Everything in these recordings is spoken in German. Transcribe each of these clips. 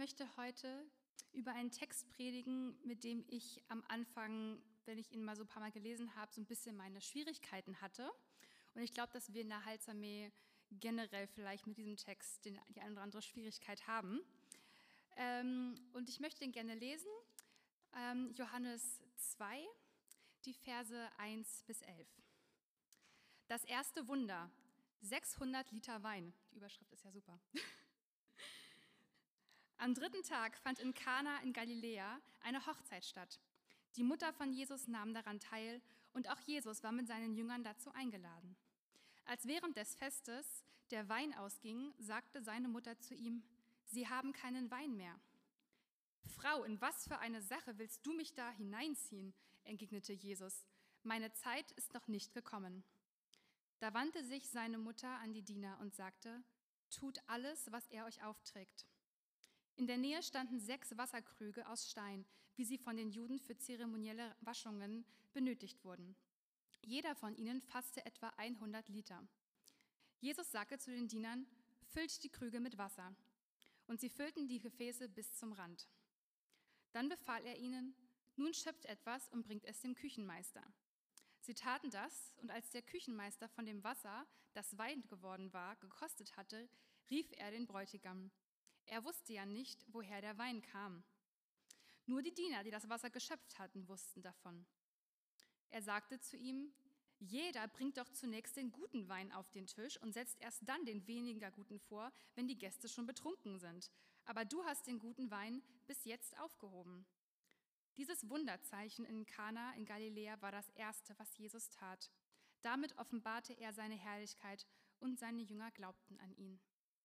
möchte heute über einen Text predigen, mit dem ich am Anfang, wenn ich ihn mal so ein paar Mal gelesen habe, so ein bisschen meine Schwierigkeiten hatte. Und ich glaube, dass wir in der Heilsarmee generell vielleicht mit diesem Text die eine oder andere Schwierigkeit haben. Und ich möchte den gerne lesen. Johannes 2, die Verse 1 bis 11. Das erste Wunder, 600 Liter Wein. Die Überschrift ist ja super. Am dritten Tag fand in Kana in Galiläa eine Hochzeit statt. Die Mutter von Jesus nahm daran teil und auch Jesus war mit seinen Jüngern dazu eingeladen. Als während des Festes der Wein ausging, sagte seine Mutter zu ihm: Sie haben keinen Wein mehr. Frau, in was für eine Sache willst du mich da hineinziehen? Entgegnete Jesus. Meine Zeit ist noch nicht gekommen. Da wandte sich seine Mutter an die Diener und sagte: Tut alles, was er euch aufträgt. In der Nähe standen 6 Wasserkrüge aus Stein, wie sie von den Juden für zeremonielle Waschungen benötigt wurden. Jeder von ihnen fasste etwa 100 Liter. Jesus sagte zu den Dienern: Füllt die Krüge mit Wasser. Und sie füllten die Gefäße bis zum Rand. Dann befahl er ihnen: Nun schöpft etwas und bringt es dem Küchenmeister. Sie taten das, und als der Küchenmeister von dem Wasser, das Wein geworden war, gekostet hatte, rief er den Bräutigam. Er wusste ja nicht, woher der Wein kam. Nur die Diener, die das Wasser geschöpft hatten, wussten davon. Er sagte zu ihm: Jeder bringt doch zunächst den guten Wein auf den Tisch und setzt erst dann den weniger guten vor, wenn die Gäste schon betrunken sind. Aber du hast den guten Wein bis jetzt aufgehoben. Dieses Wunderzeichen in Kana in Galiläa war das erste, was Jesus tat. Damit offenbarte er seine Herrlichkeit und seine Jünger glaubten an ihn.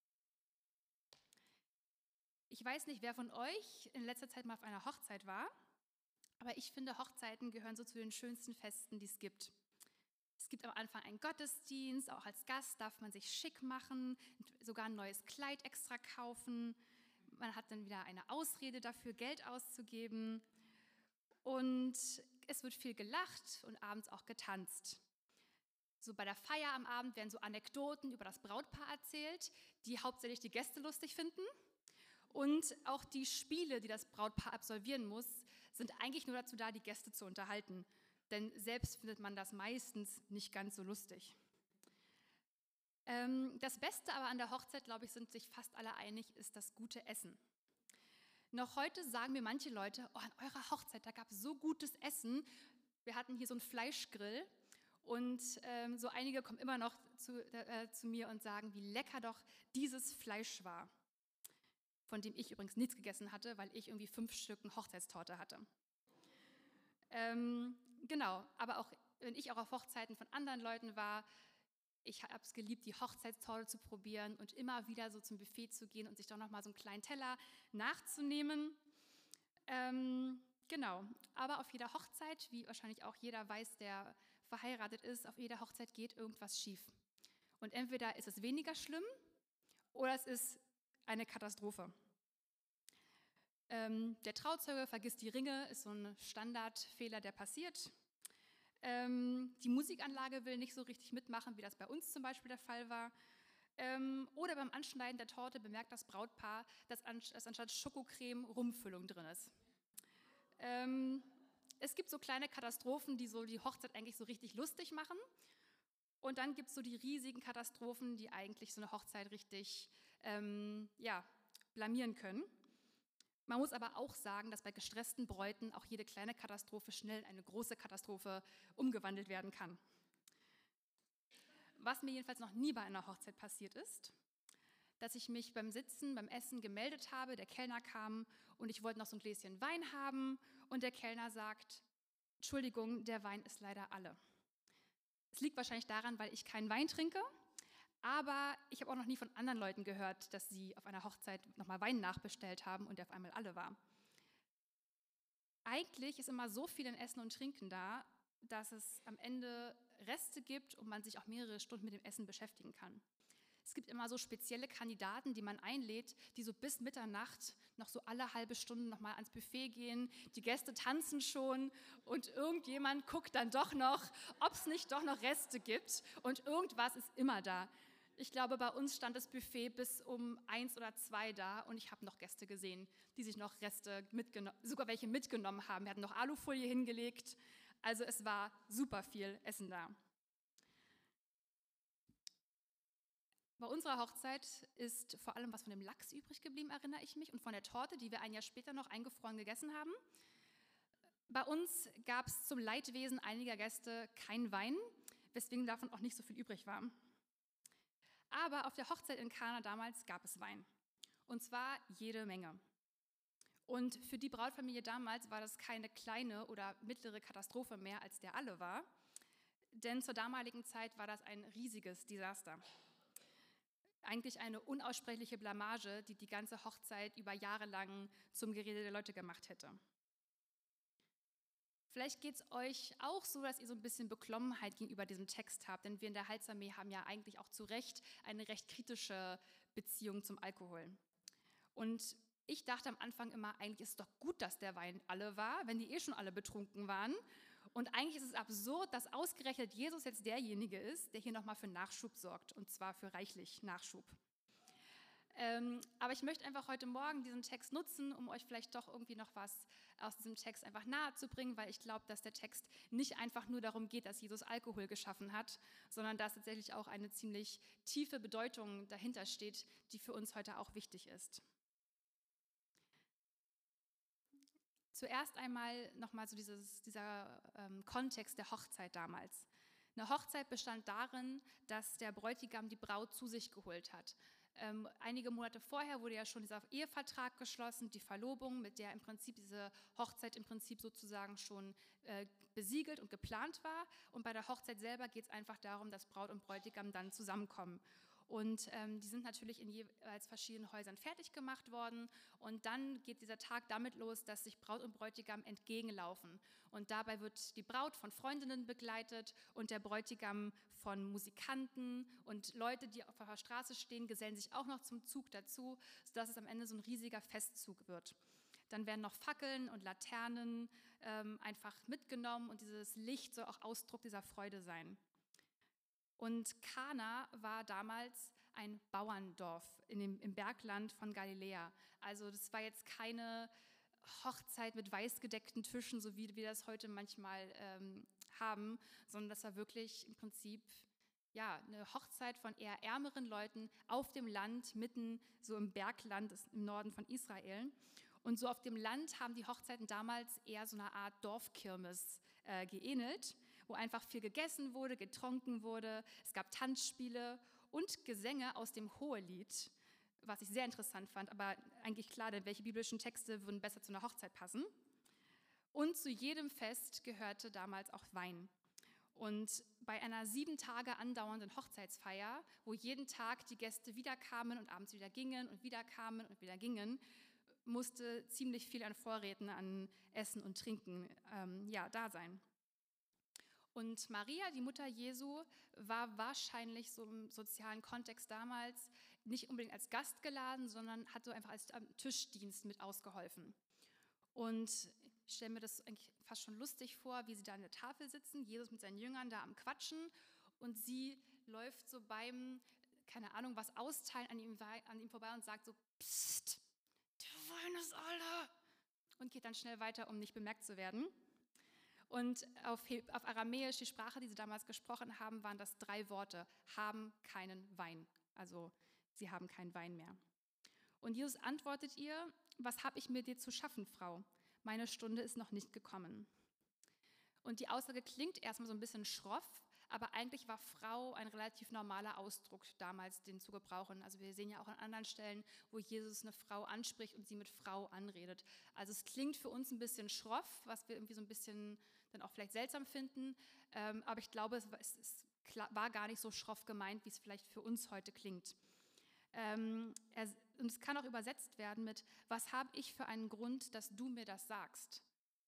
Ich weiß nicht, wer von euch in letzter Zeit mal auf einer Hochzeit war, aber ich finde, Hochzeiten gehören so zu den schönsten Festen, die es gibt. Es gibt am Anfang einen Gottesdienst, auch als Gast darf man sich schick machen, sogar ein neues Kleid extra kaufen. Man hat dann wieder eine Ausrede dafür, Geld auszugeben. Und es wird viel gelacht und abends auch getanzt. So bei der Feier am Abend werden so Anekdoten über das Brautpaar erzählt, die hauptsächlich die Gäste lustig finden. Und auch die Spiele, die das Brautpaar absolvieren muss, sind eigentlich nur dazu da, die Gäste zu unterhalten. Denn selbst findet man das meistens nicht ganz so lustig. Das Beste aber an der Hochzeit, glaube ich, sind sich fast alle einig, ist das gute Essen. Noch heute sagen mir manche Leute: Oh, an eurer Hochzeit, da gab es so gutes Essen. Wir hatten hier so einen Fleischgrill. Und so einige kommen immer noch zu mir und sagen, wie lecker doch dieses Fleisch war. Von dem ich übrigens nichts gegessen hatte, weil ich irgendwie 5 Stücken Hochzeitstorte hatte. Genau, aber auch wenn ich auch auf Hochzeiten von anderen Leuten war, ich habe es geliebt, die Hochzeitstorte zu probieren und immer wieder so zum Buffet zu gehen und sich doch nochmal so einen kleinen Teller nachzunehmen. Genau, aber auf jeder Hochzeit, wie wahrscheinlich auch jeder weiß, der verheiratet ist, auf jeder Hochzeit geht irgendwas schief. Und entweder ist es weniger schlimm oder es ist eine Katastrophe. Der Trauzeuge vergisst die Ringe, ist so ein Standardfehler, der passiert. Die Musikanlage will nicht so richtig mitmachen, wie das bei uns zum Beispiel der Fall war. Oder beim Anschneiden der Torte bemerkt das Brautpaar, dass anstatt Schokocreme Rumfüllung drin ist. Es gibt so kleine Katastrophen, die so die Hochzeit eigentlich so richtig lustig machen. Und dann gibt es so die riesigen Katastrophen, die eigentlich so eine Hochzeit richtig blamieren können. Man muss aber auch sagen, dass bei gestressten Bräuten auch jede kleine Katastrophe schnell in eine große Katastrophe umgewandelt werden kann. Was mir jedenfalls noch nie bei einer Hochzeit passiert ist, dass ich mich beim Sitzen, beim Essen gemeldet habe, der Kellner kam und ich wollte noch so ein Gläschen Wein haben und der Kellner sagt: Entschuldigung, der Wein ist leider alle. Es liegt wahrscheinlich daran, weil ich keinen Wein trinke, aber ich habe auch noch nie von anderen Leuten gehört, dass sie auf einer Hochzeit nochmal Wein nachbestellt haben und der auf einmal alle war. Eigentlich ist immer so viel in Essen und Trinken da, dass es am Ende Reste gibt und man sich auch mehrere Stunden mit dem Essen beschäftigen kann. Es gibt immer so spezielle Kandidaten, die man einlädt, die so bis Mitternacht noch so alle halbe Stunde nochmal ans Buffet gehen. Die Gäste tanzen schon und irgendjemand guckt dann doch noch, ob es nicht doch noch Reste gibt und irgendwas ist immer da. Ich glaube, bei uns stand das Buffet bis um 1 oder 2 da und ich habe noch Gäste gesehen, die sich noch Reste mitgenommen, sogar welche mitgenommen haben. Wir hatten noch Alufolie hingelegt. Also es war super viel Essen da. Bei unserer Hochzeit ist vor allem was von dem Lachs übrig geblieben, erinnere ich mich, und von der Torte, die wir ein Jahr später noch eingefroren gegessen haben. Bei uns gab es zum Leidwesen einiger Gäste keinen Wein, weswegen davon auch nicht so viel übrig war. Aber auf der Hochzeit in Kana damals gab es Wein. Und zwar jede Menge. Und für die Brautfamilie damals war das keine kleine oder mittlere Katastrophe mehr, als der alle war. Denn zur damaligen Zeit war das ein riesiges Desaster. Eigentlich eine unaussprechliche Blamage, die die ganze Hochzeit über Jahre lang zum Gerede der Leute gemacht hätte. Vielleicht geht es euch auch so, dass ihr so ein bisschen Beklommenheit gegenüber diesem Text habt, denn wir in der Heilsarmee haben ja eigentlich auch zu Recht eine recht kritische Beziehung zum Alkohol. Und ich dachte am Anfang immer, eigentlich ist es doch gut, dass der Wein alle war, wenn die schon alle betrunken waren. Und eigentlich ist es absurd, dass ausgerechnet Jesus jetzt derjenige ist, der hier nochmal für Nachschub sorgt, und zwar für reichlich Nachschub. Aber ich möchte einfach heute Morgen diesen Text nutzen, um euch vielleicht doch irgendwie noch was aus diesem Text einfach nahe zu bringen, weil ich glaube, dass der Text nicht einfach nur darum geht, dass Jesus Alkohol geschaffen hat, sondern dass tatsächlich auch eine ziemlich tiefe Bedeutung dahinter steht, die für uns heute auch wichtig ist. Zuerst einmal nochmal so dieser Kontext der Hochzeit damals. Eine Hochzeit bestand darin, dass der Bräutigam die Braut zu sich geholt hat. Einige Monate vorher wurde ja schon dieser Ehevertrag geschlossen, die Verlobung, mit der im Prinzip diese Hochzeit im Prinzip sozusagen schon besiegelt und geplant war. Und bei der Hochzeit selber geht es einfach darum, dass Braut und Bräutigam dann zusammenkommen. Und die sind natürlich in jeweils verschiedenen Häusern fertig gemacht worden. Und dann geht dieser Tag damit los, dass sich Braut und Bräutigam entgegenlaufen. Und dabei wird die Braut von Freundinnen begleitet und der Bräutigam von Musikanten. Und Leute, die auf der Straße stehen, gesellen sich auch noch zum Zug dazu, sodass es am Ende so ein riesiger Festzug wird. Dann werden noch Fackeln und Laternen einfach mitgenommen und dieses Licht soll auch Ausdruck dieser Freude sein. Und Kana war damals ein Bauerndorf im Bergland von Galiläa. Also das war jetzt keine Hochzeit mit weißgedeckten Tischen, so wie wir das heute manchmal haben, sondern das war wirklich im Prinzip ja, eine Hochzeit von eher ärmeren Leuten auf dem Land, mitten so im Bergland im Norden von Israel. Und so auf dem Land haben die Hochzeiten damals eher so eine Art Dorfkirmes geähnelt, wo einfach viel gegessen wurde, getrunken wurde. Es gab Tanzspiele und Gesänge aus dem Hohelied, was ich sehr interessant fand, aber eigentlich klar, denn welche biblischen Texte würden besser zu einer Hochzeit passen? Und zu jedem Fest gehörte damals auch Wein. Und bei einer 7 Tage andauernden Hochzeitsfeier, wo jeden Tag die Gäste wieder kamen und abends wieder gingen und wieder kamen und wieder gingen, musste ziemlich viel an Vorräten, an Essen und Trinken da sein. Und Maria, die Mutter Jesu, war wahrscheinlich so im sozialen Kontext damals nicht unbedingt als Gast geladen, sondern hat so einfach als Tischdienst mit ausgeholfen. Und ich stelle mir das eigentlich fast schon lustig vor, wie sie da an der Tafel sitzen, Jesus mit seinen Jüngern da am Quatschen und sie läuft so beim, keine Ahnung, was austeilen an ihm vorbei und sagt so, Psst, der Wein ist alle, und geht dann schnell weiter, um nicht bemerkt zu werden. Und auf Aramäisch, die Sprache, die sie damals gesprochen haben, waren das 3 Worte, haben keinen Wein. Also sie haben keinen Wein mehr. Und Jesus antwortet ihr, was habe ich mit dir zu schaffen, Frau? Meine Stunde ist noch nicht gekommen. Und die Aussage klingt erstmal so ein bisschen schroff, aber eigentlich war Frau ein relativ normaler Ausdruck damals, den zu gebrauchen. Also wir sehen ja auch an anderen Stellen, wo Jesus eine Frau anspricht und sie mit Frau anredet. Also es klingt für uns ein bisschen schroff, was wir irgendwie so ein bisschen dann auch vielleicht seltsam finden, aber ich glaube, es war gar nicht so schroff gemeint, wie es vielleicht für uns heute klingt. Und es kann auch übersetzt werden mit, was habe ich für einen Grund, dass du mir das sagst?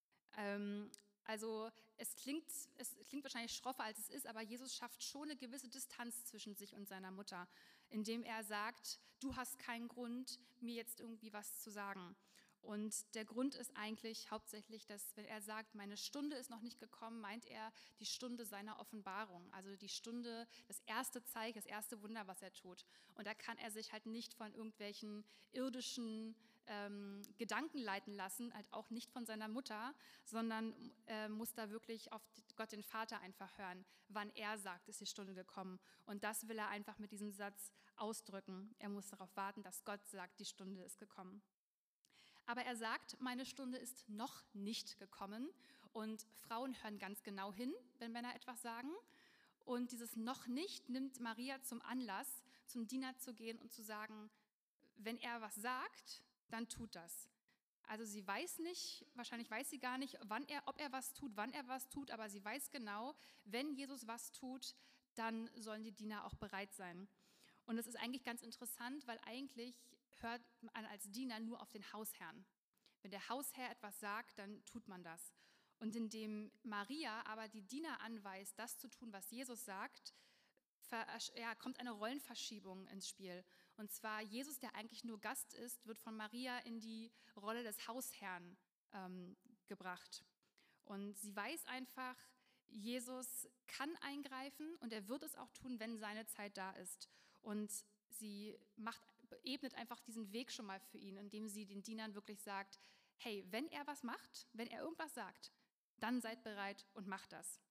Also es klingt wahrscheinlich schroffer, als es ist, aber Jesus schafft schon eine gewisse Distanz zwischen sich und seiner Mutter, indem er sagt, du hast keinen Grund, mir jetzt irgendwie was zu sagen. Und der Grund ist eigentlich hauptsächlich, dass wenn er sagt, meine Stunde ist noch nicht gekommen, meint er die Stunde seiner Offenbarung, also die Stunde, das erste Zeichen, das erste Wunder, was er tut. Und da kann er sich halt nicht von irgendwelchen irdischen Gedanken leiten lassen, halt auch nicht von seiner Mutter, sondern muss da wirklich auf Gott den Vater einfach hören, wann er sagt, ist die Stunde gekommen. Und das will er einfach mit diesem Satz ausdrücken. Er muss darauf warten, dass Gott sagt, die Stunde ist gekommen. Aber er sagt, meine Stunde ist noch nicht gekommen. Und Frauen hören ganz genau hin, wenn Männer etwas sagen. Und dieses noch nicht nimmt Maria zum Anlass, zum Diener zu gehen und zu sagen, wenn er was sagt, dann tut das. Also sie weiß nicht, wahrscheinlich weiß sie gar nicht, ob er was tut, wann er was tut, aber sie weiß genau, wenn Jesus was tut, dann sollen die Diener auch bereit sein. Und das ist eigentlich ganz interessant, weil eigentlich hört man als Diener nur auf den Hausherrn. Wenn der Hausherr etwas sagt, dann tut man das. Und indem Maria aber die Diener anweist, das zu tun, was Jesus sagt, kommt eine Rollenverschiebung ins Spiel. Und zwar Jesus, der eigentlich nur Gast ist, wird von Maria in die Rolle des Hausherrn gebracht. Und sie weiß einfach, Jesus kann eingreifen und er wird es auch tun, wenn seine Zeit da ist. Und sie ebnet einfach diesen Weg schon mal für ihn, indem sie den Dienern wirklich sagt, hey, wenn er was macht, wenn er irgendwas sagt, dann seid bereit und macht das.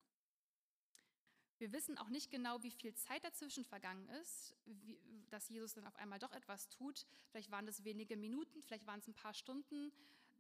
Wir wissen auch nicht genau, wie viel Zeit dazwischen vergangen ist, dass Jesus dann auf einmal doch etwas tut. Vielleicht waren das wenige Minuten, vielleicht waren es ein paar Stunden.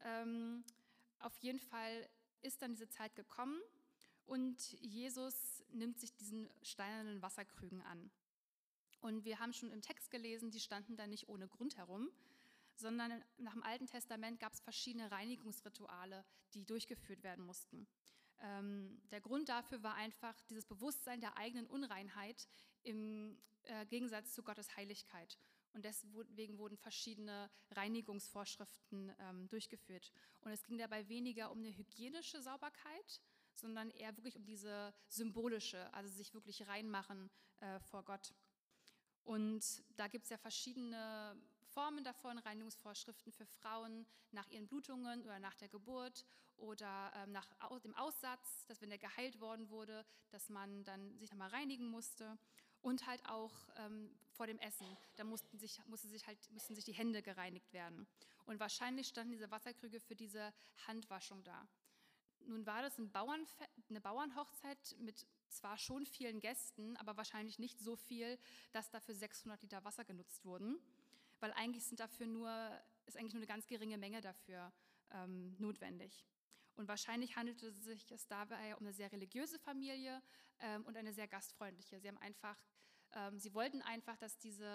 Auf jeden Fall ist dann diese Zeit gekommen und Jesus nimmt sich diesen steinernen Wasserkrügen an. Und wir haben schon im Text gelesen, die standen da nicht ohne Grund herum, sondern nach dem Alten Testament gab es verschiedene Reinigungsrituale, die durchgeführt werden mussten. Der Grund dafür war einfach dieses Bewusstsein der eigenen Unreinheit im Gegensatz zu Gottes Heiligkeit. Und deswegen wurden verschiedene Reinigungsvorschriften durchgeführt. Und es ging dabei weniger um eine hygienische Sauberkeit, sondern eher wirklich um diese symbolische, also sich wirklich reinmachen vor Gott. Und da gibt es ja verschiedene Formen davon, Reinigungsvorschriften für Frauen nach ihren Blutungen oder nach der Geburt oder nach dem Aussatz, dass wenn der geheilt worden wurde, dass man dann sich nochmal reinigen musste. Und halt auch vor dem Essen, da mussten sich die Hände gereinigt werden. Und wahrscheinlich standen diese Wasserkrüge für diese Handwaschung da. Nun war das eine Bauernhochzeit mit zwar schon vielen Gästen, aber wahrscheinlich nicht so viel, dass dafür 600 Liter Wasser genutzt wurden, weil eigentlich ist eigentlich nur eine ganz geringe Menge dafür notwendig. Und wahrscheinlich handelte es sich dabei um eine sehr religiöse Familie und eine sehr gastfreundliche. Sie wollten einfach, dass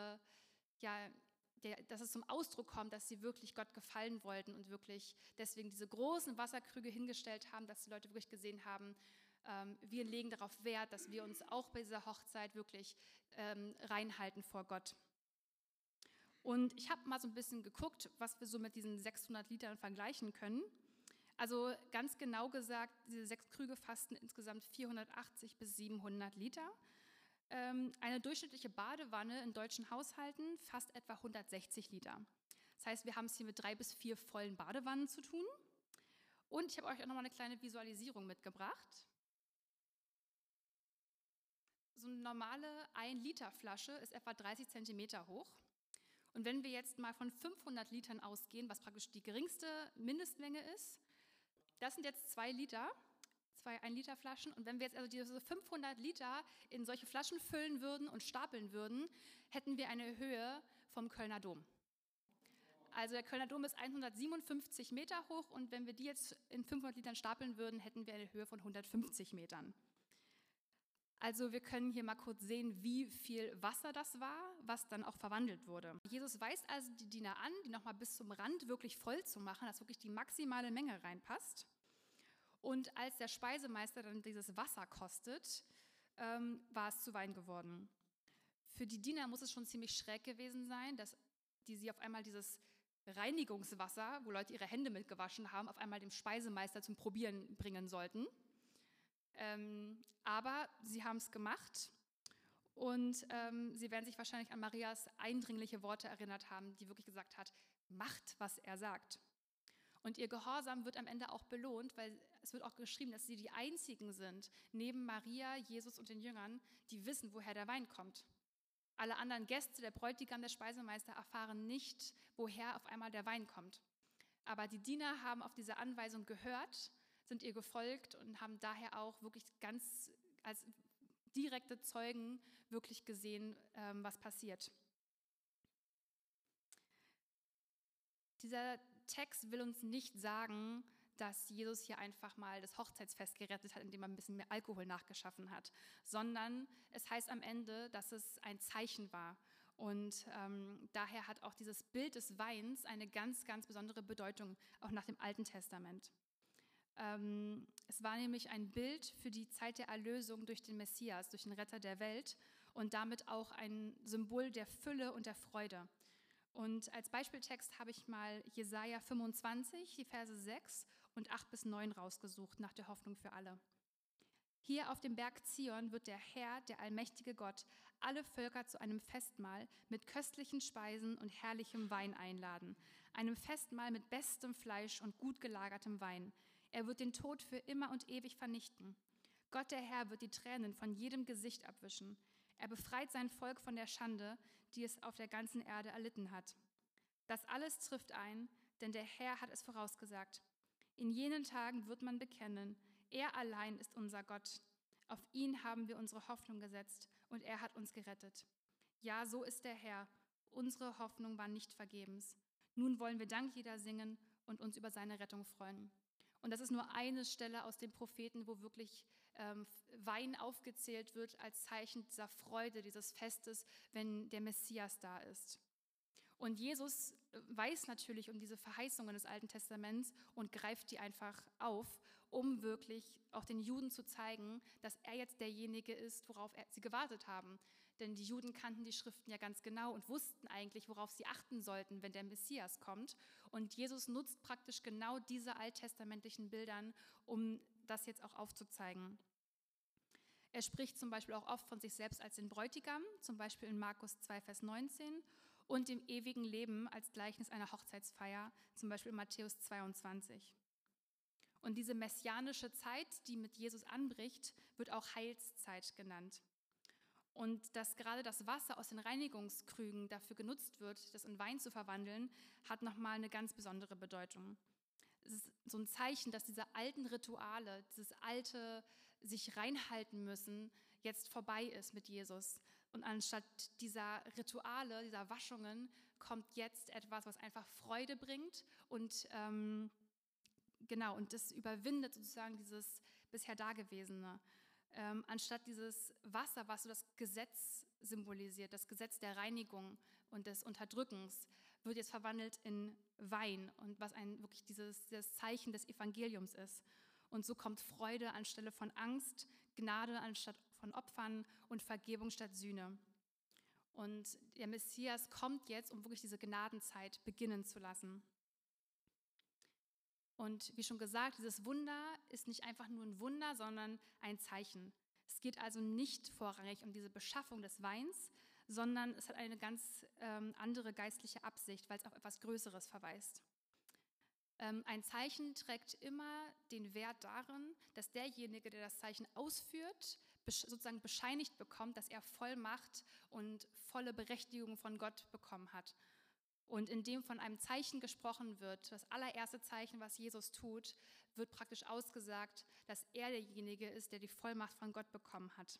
dass es zum Ausdruck kommt, dass sie wirklich Gott gefallen wollten und wirklich deswegen diese großen Wasserkrüge hingestellt haben, dass die Leute wirklich gesehen haben, wir legen darauf Wert, dass wir uns auch bei dieser Hochzeit wirklich reinhalten vor Gott. Und ich habe mal so ein bisschen geguckt, was wir so mit diesen 600 Litern vergleichen können. Also ganz genau gesagt, diese 6 Krüge fassten insgesamt 480 bis 700 Liter. Eine durchschnittliche Badewanne in deutschen Haushalten fasst etwa 160 Liter. Das heißt, wir haben es hier mit 3 bis 4 vollen Badewannen zu tun. Und ich habe euch auch nochmal eine kleine Visualisierung mitgebracht. So eine normale 1-Liter-Flasche ist etwa 30 Zentimeter hoch. Und wenn wir jetzt mal von 500 Litern ausgehen, was praktisch die geringste Mindestmenge ist, das sind jetzt 2 Liter, 2 1-Liter-Flaschen. Und wenn wir jetzt also diese 500 Liter in solche Flaschen füllen würden und stapeln würden, hätten wir eine Höhe vom Kölner Dom. Also der Kölner Dom ist 157 Meter hoch und wenn wir die jetzt in 500 Litern stapeln würden, hätten wir eine Höhe von 150 Metern. Also wir können hier mal kurz sehen, wie viel Wasser das war, was dann auch verwandelt wurde. Jesus weist also die Diener an, die nochmal bis zum Rand wirklich voll zu machen, dass wirklich die maximale Menge reinpasst. Und als der Speisemeister dann dieses Wasser kostet, war es zu Wein geworden. Für die Diener muss es schon ziemlich schräg gewesen sein, dass sie auf einmal dieses Reinigungswasser, wo Leute ihre Hände mit gewaschen haben, auf einmal dem Speisemeister zum Probieren bringen sollten. Aber sie haben es gemacht und sie werden sich wahrscheinlich an Marias eindringliche Worte erinnert haben, die wirklich gesagt hat, macht, was er sagt. Und ihr Gehorsam wird am Ende auch belohnt, weil es wird auch geschrieben, dass sie die Einzigen sind, neben Maria, Jesus und den Jüngern, die wissen, woher der Wein kommt. Alle anderen Gäste, der Bräutigam, der Speisemeister, erfahren nicht, woher auf einmal der Wein kommt. Aber die Diener haben auf diese Anweisung gehört, sind ihr gefolgt und haben daher auch wirklich ganz als direkte Zeugen wirklich gesehen, was passiert. Dieser Text will uns nicht sagen, dass Jesus hier einfach mal das Hochzeitsfest gerettet hat, indem er ein bisschen mehr Alkohol nachgeschaffen hat, sondern es heißt am Ende, dass es ein Zeichen war. Und daher hat auch dieses Bild des Weins eine ganz, ganz besondere Bedeutung, auch nach dem Alten Testament. Es war nämlich ein Bild für die Zeit der Erlösung durch den Messias, durch den Retter der Welt und damit auch ein Symbol der Fülle und der Freude. Und als Beispieltext habe ich mal Jesaja 25, die Verse 6 und 8 bis 9 rausgesucht, nach der Hoffnung für alle. Hier auf dem Berg Zion wird der Herr, der allmächtige Gott, alle Völker zu einem Festmahl mit köstlichen Speisen und herrlichem Wein einladen, einem Festmahl mit bestem Fleisch und gut gelagertem Wein. Er wird den Tod für immer und ewig vernichten. Gott, der Herr, wird die Tränen von jedem Gesicht abwischen. Er befreit sein Volk von der Schande, die es auf der ganzen Erde erlitten hat. Das alles trifft ein, denn der Herr hat es vorausgesagt. In jenen Tagen wird man bekennen, er allein ist unser Gott. Auf ihn haben wir unsere Hoffnung gesetzt und er hat uns gerettet. Ja, so ist der Herr. Unsere Hoffnung war nicht vergebens. Nun wollen wir Danklieder singen und uns über seine Rettung freuen. Und das ist nur eine Stelle aus den Propheten, wo wirklich Wein aufgezählt wird als Zeichen dieser Freude, dieses Festes, wenn der Messias da ist. Und Jesus weiß natürlich um diese Verheißungen des Alten Testaments und greift die einfach auf, um wirklich auch den Juden zu zeigen, dass er jetzt derjenige ist, worauf sie gewartet haben. Denn die Juden kannten die Schriften ja ganz genau und wussten eigentlich, worauf sie achten sollten, wenn der Messias kommt. Und Jesus nutzt praktisch genau diese alttestamentlichen Bildern, um das jetzt auch aufzuzeigen. Er spricht zum Beispiel auch oft von sich selbst als den Bräutigam, zum Beispiel in Markus 2, Vers 19, und dem ewigen Leben als Gleichnis einer Hochzeitsfeier, zum Beispiel in Matthäus 22. Und diese messianische Zeit, die mit Jesus anbricht, wird auch Heilszeit genannt. Und dass gerade das Wasser aus den Reinigungskrügen dafür genutzt wird, das in Wein zu verwandeln, hat nochmal eine ganz besondere Bedeutung. Es ist so ein Zeichen, dass diese alten Rituale, dieses alte sich reinhalten müssen, jetzt vorbei ist mit Jesus. Und anstatt dieser Rituale, dieser Waschungen, kommt jetzt etwas, was einfach Freude bringt und genau, und das überwindet sozusagen dieses bisher Dagewesene. Anstatt dieses Wasser, was so das Gesetz symbolisiert, das Gesetz der Reinigung und des Unterdrückens, wird jetzt verwandelt in Wein und was wirklich dieses Zeichen des Evangeliums ist. Und so kommt Freude anstelle von Angst, Gnade anstatt von Opfern und Vergebung statt Sühne. Und der Messias kommt jetzt, um wirklich diese Gnadenzeit beginnen zu lassen. Und wie schon gesagt, dieses Wunder ist nicht einfach nur ein Wunder, sondern ein Zeichen. Es geht also nicht vorrangig um diese Beschaffung des Weins, sondern es hat eine ganz andere geistliche Absicht, weil es auf etwas Größeres verweist. Ein Zeichen trägt immer den Wert darin, dass derjenige, der das Zeichen ausführt, sozusagen bescheinigt bekommt, dass er Vollmacht und volle Berechtigung von Gott bekommen hat. Und indem von einem Zeichen gesprochen wird, das allererste Zeichen, was Jesus tut, wird praktisch ausgesagt, dass er derjenige ist, der die Vollmacht von Gott bekommen hat.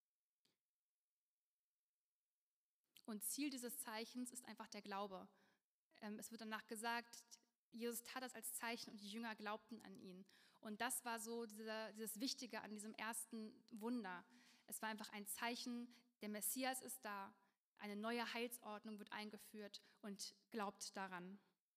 Und Ziel dieses Zeichens ist einfach der Glaube. Es wird danach gesagt, Jesus tat das als Zeichen und die Jünger glaubten an ihn. Und das war so dieses Wichtige an diesem ersten Wunder. Es war einfach ein Zeichen, der Messias ist da, eine neue Heilsordnung wird eingeführt und glaubt daran.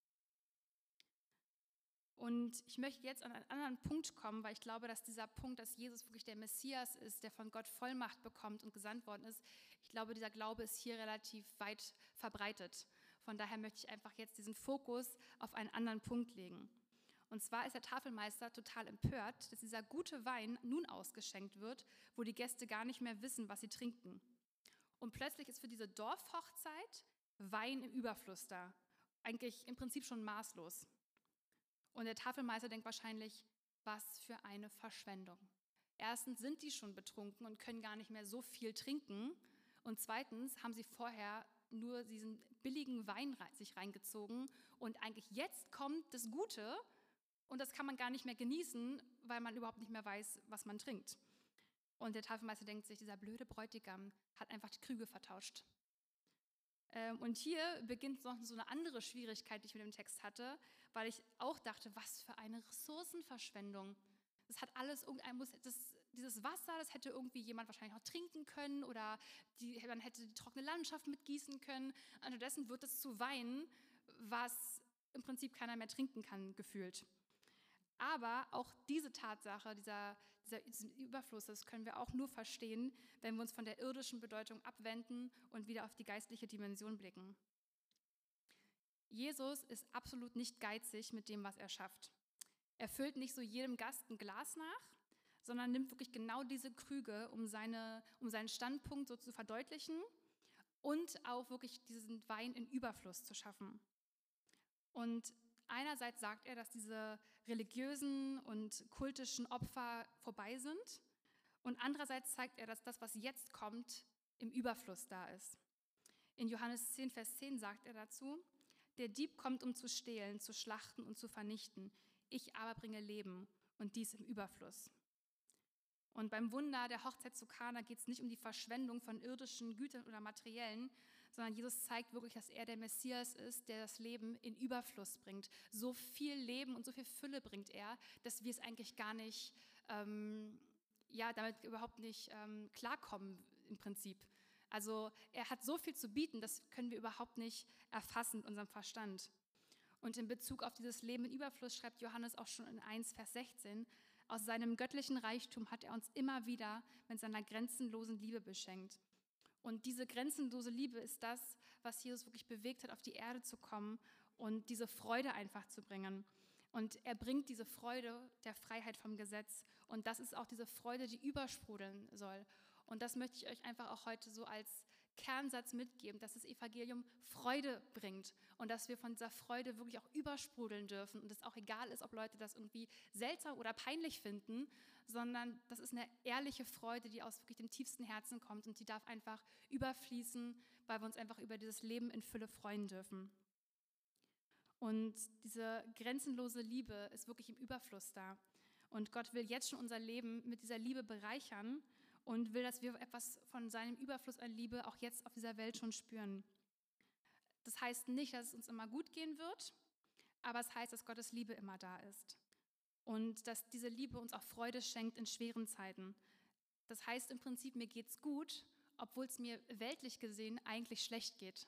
Und ich möchte jetzt an einen anderen Punkt kommen, weil ich glaube, dass dieser Punkt, dass Jesus wirklich der Messias ist, der von Gott Vollmacht bekommt und gesandt worden ist, ich glaube, dieser Glaube ist hier relativ weit verbreitet. Von daher möchte ich einfach jetzt diesen Fokus auf einen anderen Punkt legen. Und zwar ist der Tafelmeister total empört, dass dieser gute Wein nun ausgeschenkt wird, wo die Gäste gar nicht mehr wissen, was sie trinken. Und plötzlich ist für diese Dorfhochzeit Wein im Überfluss da. Eigentlich im Prinzip schon maßlos. Und der Tafelmeister denkt wahrscheinlich, was für eine Verschwendung. Erstens sind die schon betrunken und können gar nicht mehr so viel trinken. Und zweitens haben sie vorher nur diesen billigen Wein sich reingezogen. Und eigentlich jetzt kommt das Gute und das kann man gar nicht mehr genießen, weil man überhaupt nicht mehr weiß, was man trinkt. Und der Tafelmeister denkt sich, dieser blöde Bräutigam hat einfach die Krüge vertauscht. Und hier beginnt noch so eine andere Schwierigkeit, die ich mit dem Text hatte, weil ich auch dachte, was für eine Ressourcenverschwendung. Das hat alles dieses Wasser, das hätte irgendwie jemand wahrscheinlich auch trinken können oder man hätte die trockene Landschaft mitgießen können. Stattdessen wird es zu Wein, was im Prinzip keiner mehr trinken kann, gefühlt. Aber auch diese Tatsache, diesen Überfluss, das können wir auch nur verstehen, wenn wir uns von der irdischen Bedeutung abwenden und wieder auf die geistliche Dimension blicken. Jesus ist absolut nicht geizig mit dem, was er schafft. Er füllt nicht so jedem Gast ein Glas nach, sondern nimmt wirklich genau diese Krüge, um seinen Standpunkt so zu verdeutlichen und auch wirklich diesen Wein in Überfluss zu schaffen. Und einerseits sagt er, dass diese religiösen und kultischen Opfer vorbei sind und andererseits zeigt er, dass das, was jetzt kommt, im Überfluss da ist. In Johannes 10, Vers 10 sagt er dazu, der Dieb kommt, um zu stehlen, zu schlachten und zu vernichten. Ich aber bringe Leben und dies im Überfluss. Und beim Wunder der Hochzeit zu Kana geht es nicht um die Verschwendung von irdischen Gütern oder Materiellen, sondern Jesus zeigt wirklich, dass er der Messias ist, der das Leben in Überfluss bringt. So viel Leben und so viel Fülle bringt er, dass wir es eigentlich gar nicht, damit überhaupt nicht klarkommen im Prinzip. Also er hat so viel zu bieten, das können wir überhaupt nicht erfassen mit unserem Verstand. Und in Bezug auf dieses Leben in Überfluss schreibt Johannes auch schon in 1, Vers 16, aus seinem göttlichen Reichtum hat er uns immer wieder mit seiner grenzenlosen Liebe beschenkt. Und diese grenzenlose Liebe ist das, was Jesus wirklich bewegt hat, auf die Erde zu kommen und diese Freude einfach zu bringen. Und er bringt diese Freude der Freiheit vom Gesetz. Und das ist auch diese Freude, die übersprudeln soll. Und das möchte ich euch einfach auch heute so als Kernsatz mitgeben, dass das Evangelium Freude bringt und dass wir von dieser Freude wirklich auch übersprudeln dürfen und es auch egal ist, ob Leute das irgendwie seltsam oder peinlich finden, sondern das ist eine ehrliche Freude, die aus wirklich dem tiefsten Herzen kommt und die darf einfach überfließen, weil wir uns einfach über dieses Leben in Fülle freuen dürfen. Und diese grenzenlose Liebe ist wirklich im Überfluss da. Und Gott will jetzt schon unser Leben mit dieser Liebe bereichern und will, dass wir etwas von seinem Überfluss an Liebe auch jetzt auf dieser Welt schon spüren. Das heißt nicht, dass es uns immer gut gehen wird, aber es heißt, dass Gottes Liebe immer da ist. Und dass diese Liebe uns auch Freude schenkt in schweren Zeiten. Das heißt im Prinzip, mir geht's gut, obwohl es mir weltlich gesehen eigentlich schlecht geht.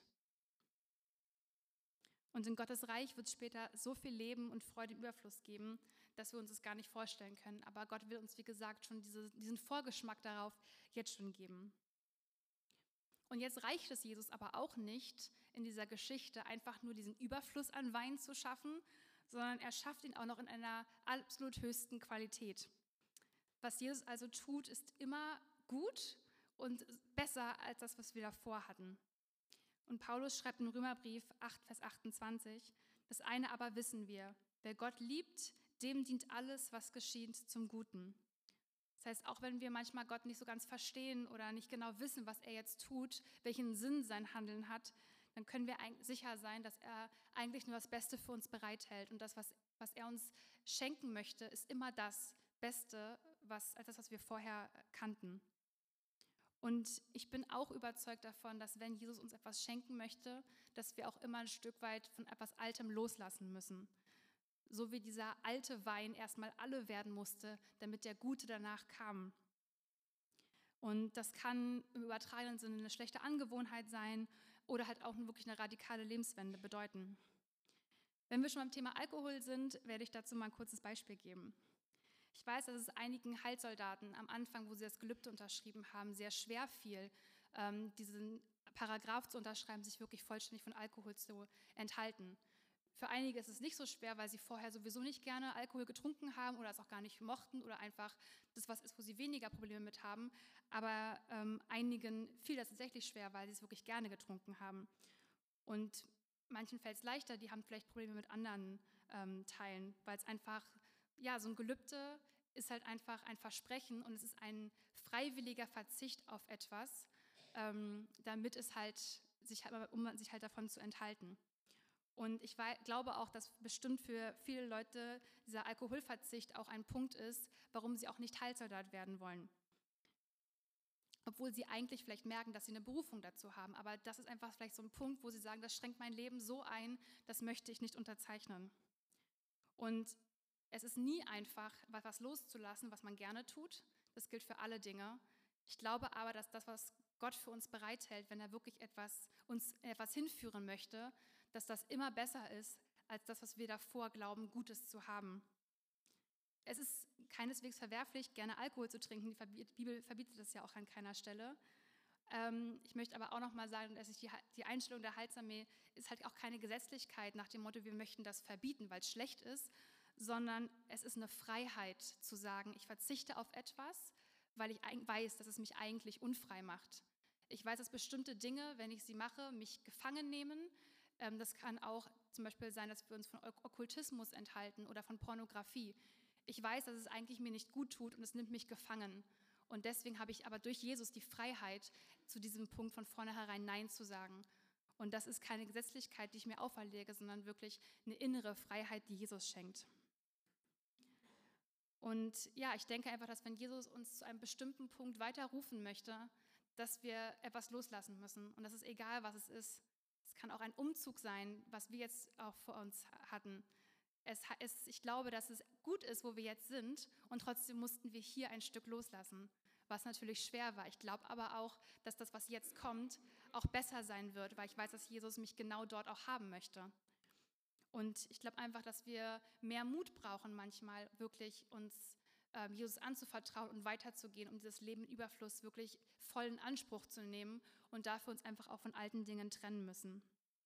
Und in Gottes Reich wird es später so viel Leben und Freude im Überfluss geben, dass wir uns das gar nicht vorstellen können. Aber Gott will uns, wie gesagt, schon diesen Vorgeschmack darauf jetzt schon geben. Und jetzt reicht es Jesus aber auch nicht, in dieser Geschichte einfach nur diesen Überfluss an Wein zu schaffen, sondern er schafft ihn auch noch in einer absolut höchsten Qualität. Was Jesus also tut, ist immer gut und besser als das, was wir davor hatten. Und Paulus schreibt im Römerbrief 8, Vers 28, das eine aber wissen wir, wer Gott liebt, dem dient alles, was geschieht, zum Guten. Das heißt, auch wenn wir manchmal Gott nicht so ganz verstehen oder nicht genau wissen, was er jetzt tut, welchen Sinn sein Handeln hat, dann können wir sicher sein, dass er eigentlich nur das Beste für uns bereithält. Und das, was er uns schenken möchte, ist immer das Beste, als das, was wir vorher kannten. Und ich bin auch überzeugt davon, dass wenn Jesus uns etwas schenken möchte, dass wir auch immer ein Stück weit von etwas Altem loslassen müssen. So wie dieser alte Wein erstmal alle werden musste, damit der Gute danach kam. Und das kann im übertragenen Sinne eine schlechte Angewohnheit sein oder halt auch wirklich eine radikale Lebenswende bedeuten. Wenn wir schon beim Thema Alkohol sind, werde ich dazu mal ein kurzes Beispiel geben. Ich weiß, dass es einigen Heilsoldaten am Anfang, wo sie das Gelübde unterschrieben haben, sehr schwer fiel, diesen Paragraph zu unterschreiben, sich wirklich vollständig von Alkohol zu enthalten. Für einige ist es nicht so schwer, weil sie vorher sowieso nicht gerne Alkohol getrunken haben oder es auch gar nicht mochten oder einfach das was ist, wo sie weniger Probleme mit haben. Aber einigen fiel das tatsächlich schwer, weil sie es wirklich gerne getrunken haben. Und manchen fällt es leichter, die haben vielleicht Probleme mit anderen teilen, weil es einfach, ja, so ein Gelübde ist halt einfach ein Versprechen und es ist ein freiwilliger Verzicht auf etwas, damit es halt um sich halt davon zu enthalten. Und ich glaube auch, dass bestimmt für viele Leute dieser Alkoholverzicht auch ein Punkt ist, warum sie auch nicht Heilsoldat werden wollen. Obwohl sie eigentlich vielleicht merken, dass sie eine Berufung dazu haben. Aber das ist einfach vielleicht so ein Punkt, wo sie sagen, das schränkt mein Leben so ein, das möchte ich nicht unterzeichnen. Und es ist nie einfach, was loszulassen, was man gerne tut. Das gilt für alle Dinge. Ich glaube aber, dass das, was Gott für uns bereithält, wenn er wirklich uns etwas hinführen möchte, dass das immer besser ist, als das, was wir davor glauben, Gutes zu haben. Es ist keineswegs verwerflich, gerne Alkohol zu trinken. Die Bibel verbietet das ja auch an keiner Stelle. Ich möchte aber auch noch mal sagen, dass die Einstellung der Heilsarmee ist halt auch keine Gesetzlichkeit nach dem Motto, wir möchten das verbieten, weil es schlecht ist, sondern es ist eine Freiheit zu sagen, ich verzichte auf etwas, weil ich weiß, dass es mich eigentlich unfrei macht. Ich weiß, dass bestimmte Dinge, wenn ich sie mache, mich gefangen nehmen. Das kann auch zum Beispiel sein, dass wir uns von Okkultismus enthalten oder von Pornografie. Ich weiß, dass es eigentlich mir nicht gut tut und es nimmt mich gefangen. Und deswegen habe ich aber durch Jesus die Freiheit, zu diesem Punkt von vornherein Nein zu sagen. Und das ist keine Gesetzlichkeit, die ich mir auferlege, sondern wirklich eine innere Freiheit, die Jesus schenkt. Und ja, ich denke einfach, dass wenn Jesus uns zu einem bestimmten Punkt weiter rufen möchte, dass wir etwas loslassen müssen. Und das ist egal, was es ist. Es kann auch ein Umzug sein, was wir jetzt auch vor uns hatten. Ich glaube, dass es gut ist, wo wir jetzt sind, und trotzdem mussten wir hier ein Stück loslassen, was natürlich schwer war. Ich glaube aber auch, dass das, was jetzt kommt, auch besser sein wird, weil ich weiß, dass Jesus mich genau dort auch haben möchte. Und ich glaube einfach, dass wir mehr Mut brauchen, manchmal wirklich uns Jesus anzuvertrauen und weiterzugehen, um dieses Leben im Überfluss wirklich voll in Anspruch zu nehmen und dafür uns einfach auch von alten Dingen trennen müssen.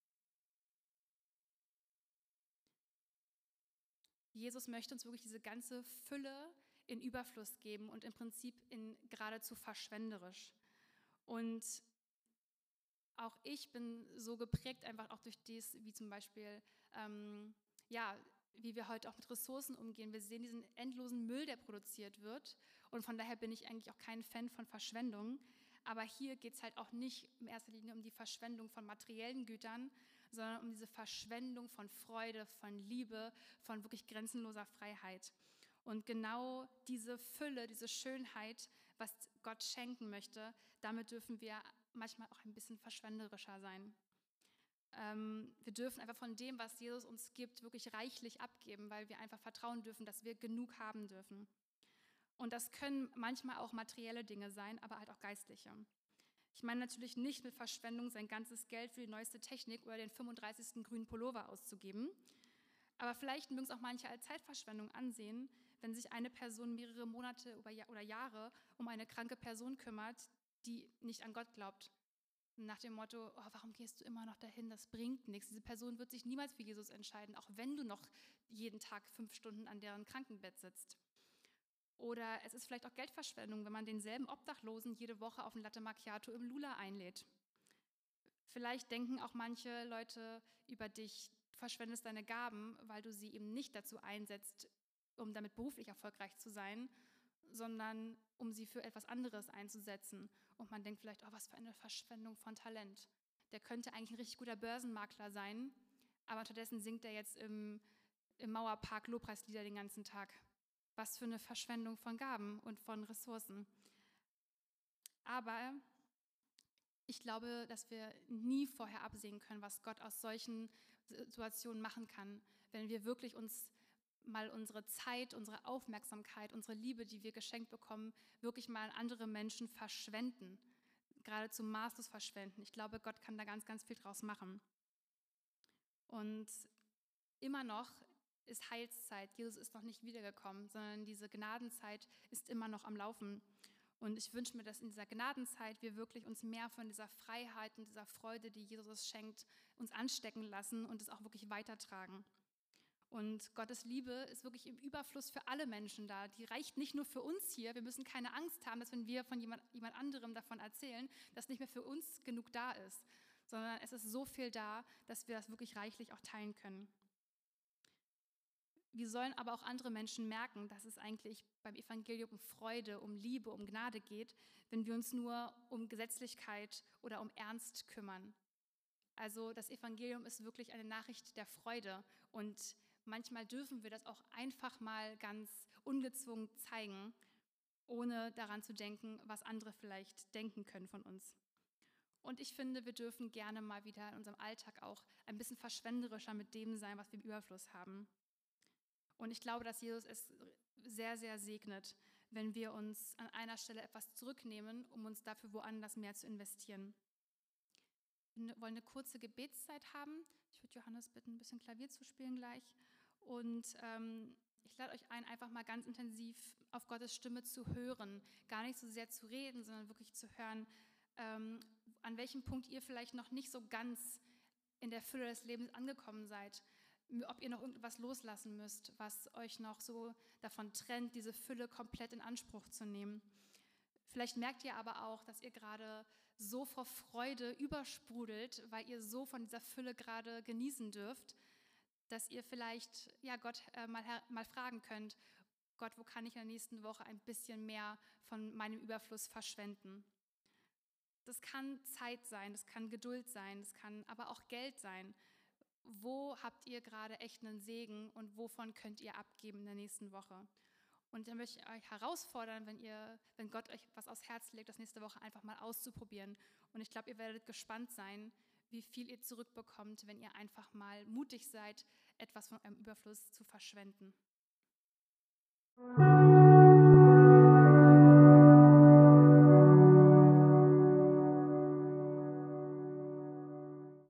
Jesus möchte uns wirklich diese ganze Fülle in Überfluss geben und im Prinzip geradezu verschwenderisch. Und auch ich bin so geprägt, einfach auch durch dies, wie zum Beispiel, wie wir heute auch mit Ressourcen umgehen. Wir sehen diesen endlosen Müll, der produziert wird. Und von daher bin ich eigentlich auch kein Fan von Verschwendung. Aber hier geht es halt auch nicht in erster Linie um die Verschwendung von materiellen Gütern, sondern um diese Verschwendung von Freude, von Liebe, von wirklich grenzenloser Freiheit. Und genau diese Fülle, diese Schönheit, was Gott schenken möchte, damit dürfen wir manchmal auch ein bisschen verschwenderischer sein. Wir dürfen einfach von dem, was Jesus uns gibt, wirklich reichlich abgeben, weil wir einfach vertrauen dürfen, dass wir genug haben dürfen. Und das können manchmal auch materielle Dinge sein, aber halt auch geistliche. Ich meine natürlich nicht mit Verschwendung sein ganzes Geld für die neueste Technik oder den 35. grünen Pullover auszugeben. Aber vielleicht mögen es auch manche als Zeitverschwendung ansehen, wenn sich eine Person mehrere Monate oder Jahre um eine kranke Person kümmert, die nicht an Gott glaubt. Nach dem Motto, oh, warum gehst du immer noch dahin, das bringt nichts. Diese Person wird sich niemals für Jesus entscheiden, auch wenn du noch jeden Tag 5 Stunden an deren Krankenbett sitzt. Oder es ist vielleicht auch Geldverschwendung, wenn man denselben Obdachlosen jede Woche auf ein Latte Macchiato im Lula einlädt. Vielleicht denken auch manche Leute über dich, du verschwendest deine Gaben, weil du sie eben nicht dazu einsetzt, um damit beruflich erfolgreich zu sein, sondern um sie für etwas anderes einzusetzen. Und man denkt vielleicht, oh, was für eine Verschwendung von Talent. Der könnte eigentlich ein richtig guter Börsenmakler sein, aber stattdessen singt er jetzt im Mauerpark Lobpreislieder den ganzen Tag. Was für eine Verschwendung von Gaben und von Ressourcen. Aber ich glaube, dass wir nie vorher absehen können, was Gott aus solchen Situationen machen kann, wenn wir wirklich uns mal unsere Zeit, unsere Aufmerksamkeit, unsere Liebe, die wir geschenkt bekommen, wirklich mal an andere Menschen verschwenden, geradezu maßlos verschwenden. Ich glaube, Gott kann da ganz, ganz viel draus machen. Und immer noch ist Heilszeit. Jesus ist noch nicht wiedergekommen, sondern diese Gnadenzeit ist immer noch am Laufen. Und ich wünsche mir, dass in dieser Gnadenzeit wir wirklich uns mehr von dieser Freiheit und dieser Freude, die Jesus schenkt, uns anstecken lassen und es auch wirklich weitertragen. Und Gottes Liebe ist wirklich im Überfluss für alle Menschen da. Die reicht nicht nur für uns hier. Wir müssen keine Angst haben, dass wenn wir von jemand anderem davon erzählen, dass nicht mehr für uns genug da ist, sondern es ist so viel da, dass wir das wirklich reichlich auch teilen können. Wir sollen aber auch andere Menschen merken, dass es eigentlich beim Evangelium um Freude, um Liebe, um Gnade geht, wenn wir uns nur um Gesetzlichkeit oder um Ernst kümmern. Also das Evangelium ist wirklich eine Nachricht der Freude und manchmal dürfen wir das auch einfach mal ganz ungezwungen zeigen, ohne daran zu denken, was andere vielleicht denken können von uns. Und ich finde, wir dürfen gerne mal wieder in unserem Alltag auch ein bisschen verschwenderischer mit dem sein, was wir im Überfluss haben. Und ich glaube, dass Jesus es sehr, sehr segnet, wenn wir uns an einer Stelle etwas zurücknehmen, um uns dafür woanders mehr zu investieren. Wir wollen eine kurze Gebetszeit haben. Ich würde Johannes bitten, ein bisschen Klavier zu spielen gleich. Und ich lade euch ein, einfach mal ganz intensiv auf Gottes Stimme zu hören. Gar nicht so sehr zu reden, sondern wirklich zu hören, an welchem Punkt ihr vielleicht noch nicht so ganz in der Fülle des Lebens angekommen seid. Ob ihr noch irgendwas loslassen müsst, was euch noch so davon trennt, diese Fülle komplett in Anspruch zu nehmen. Vielleicht merkt ihr aber auch, dass ihr gerade so vor Freude übersprudelt, weil ihr so von dieser Fülle gerade genießen dürft, dass ihr vielleicht Gott mal fragen könnt, Gott, wo kann ich in der nächsten Woche ein bisschen mehr von meinem Überfluss verschwenden? Das kann Zeit sein, das kann Geduld sein, das kann aber auch Geld sein. Wo habt ihr gerade echt einen Segen und wovon könnt ihr abgeben in der nächsten Woche? Und dann möchte ich euch herausfordern, wenn Gott euch was aufs Herz legt, das nächste Woche einfach mal auszuprobieren. Und ich glaube, ihr werdet gespannt sein, wie viel ihr zurückbekommt, wenn ihr einfach mal mutig seid, etwas von eurem Überfluss zu verschwenden.